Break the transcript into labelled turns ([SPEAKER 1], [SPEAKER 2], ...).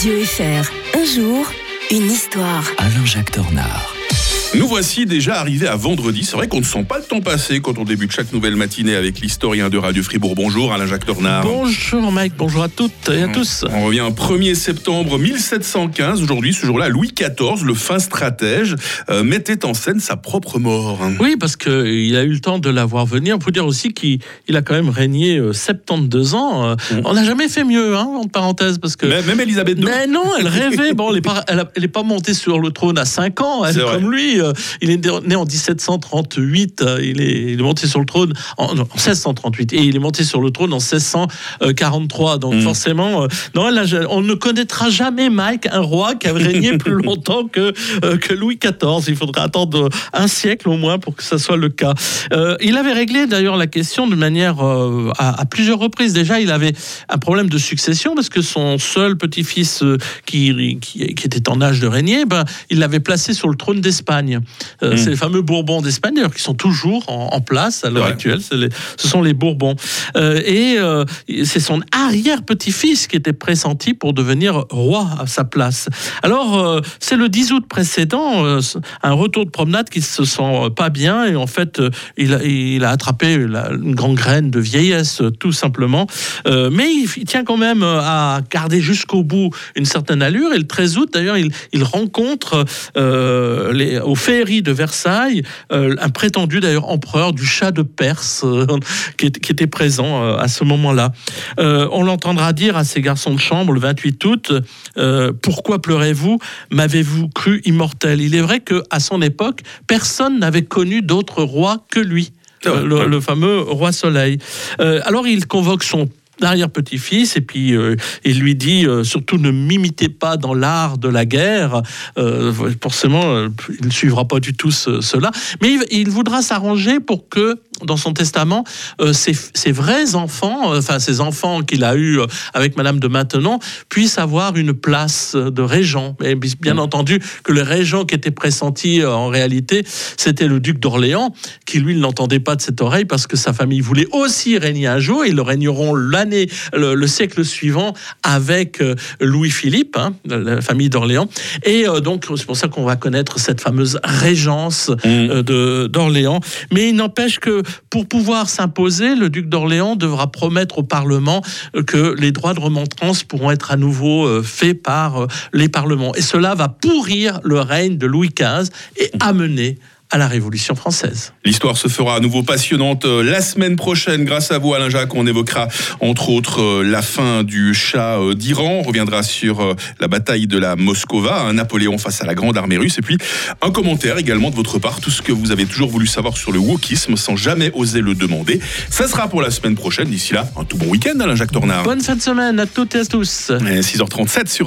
[SPEAKER 1] Radio FR, un jour, une histoire.
[SPEAKER 2] Alain-Jacques Tornard.
[SPEAKER 3] Nous voici déjà arrivés à vendredi. C'est vrai qu'on ne sent pas le temps passer quand on débute chaque nouvelle matinée avec l'historien de Radio Fribourg. Bonjour Alain-Jacques Tornard.
[SPEAKER 4] Bonjour Mike, bonjour à toutes et à tous.
[SPEAKER 3] On revient 1er septembre 1715. Aujourd'hui, ce jour-là, Louis XIV, le fin stratège, mettait en scène sa propre mort.
[SPEAKER 4] Oui, parce qu'il a eu le temps de la voir venir. Il faut dire aussi qu'il a quand même régné 72 ans. On n'a jamais fait mieux, entre parenthèses. Parce que...
[SPEAKER 3] Même Elisabeth II.
[SPEAKER 4] Mais non, elle rêvait. Bon, elle n'est pas montée sur le trône à 5 ans. Elle, comme lui. Il est né en 1738, il est monté sur le trône en 1638 et il est monté sur le trône en 1643. Donc forcément, on ne connaîtra jamais, Mike, un roi qui a régné plus longtemps que Louis XIV. Il faudra attendre un siècle au moins pour que ça soit le cas. Il avait réglé d'ailleurs la question de manière à plusieurs reprises. Déjà, il avait un problème de succession parce que son seul petit-fils qui était en âge de régner, il l'avait placé sur le trône d'Espagne. C'est les fameux Bourbons d'Espagne d'ailleurs, qui sont toujours en place à l'heure actuelle. Ce sont les Bourbons. C'est son arrière-petit-fils qui était pressenti pour devenir roi à sa place. Alors, c'est le 10 août précédent, un retour de promenade qui se sent pas bien et en fait, il a attrapé une gangrène de vieillesse, tout simplement. Mais il tient quand même à garder jusqu'au bout une certaine allure. Et le 13 août, d'ailleurs, il rencontre aux féeries de Versailles, un prétendu d'ailleurs empereur du Shah de Perse qui était présent à ce moment-là. On l'entendra dire à ses garçons de chambre le 28 août « Pourquoi pleurez-vous ? M'avez-vous cru immortel ?» Il est vrai qu'à son époque, personne n'avait connu d'autre roi que lui, le fameux roi Soleil. Alors il convoque son arrière-petit-fils et puis il lui dit surtout ne m'imitez pas dans l'art de la guerre. Forcément il ne suivra pas du tout cela, mais il voudra s'arranger pour que dans son testament ses vrais enfants, ses enfants qu'il a eus avec Madame de Maintenon, puissent avoir une place de régent. Et bien entendu que le régent qui était pressenti en réalité, c'était le duc d'Orléans, qui lui ne l'entendait pas de cette oreille parce que sa famille voulait aussi régner un jour. Ils le régneront le siècle suivant avec Louis-Philippe, la famille d'Orléans. Et donc c'est pour ça qu'on va connaître cette fameuse régence d'Orléans. Mais il n'empêche que pour pouvoir s'imposer, le duc d'Orléans devra promettre au Parlement que les droits de remontrance pourront être à nouveau faits par les parlements. Et cela va pourrir le règne de Louis XV et amener à la Révolution française.
[SPEAKER 3] L'histoire se fera à nouveau passionnante la semaine prochaine. Grâce à vous, Alain-Jacques, on évoquera entre autres la fin du Shah d'Iran. On reviendra sur la bataille de la Moskova, Napoléon face à la grande armée russe. Et puis un commentaire également de votre part, tout ce que vous avez toujours voulu savoir sur le wokisme sans jamais oser le demander. Ça sera pour la semaine prochaine. D'ici là, un tout bon week-end, Alain-Jacques Tornard.
[SPEAKER 4] Bonne fin de semaine à toutes et à tous.
[SPEAKER 3] 6h37 sur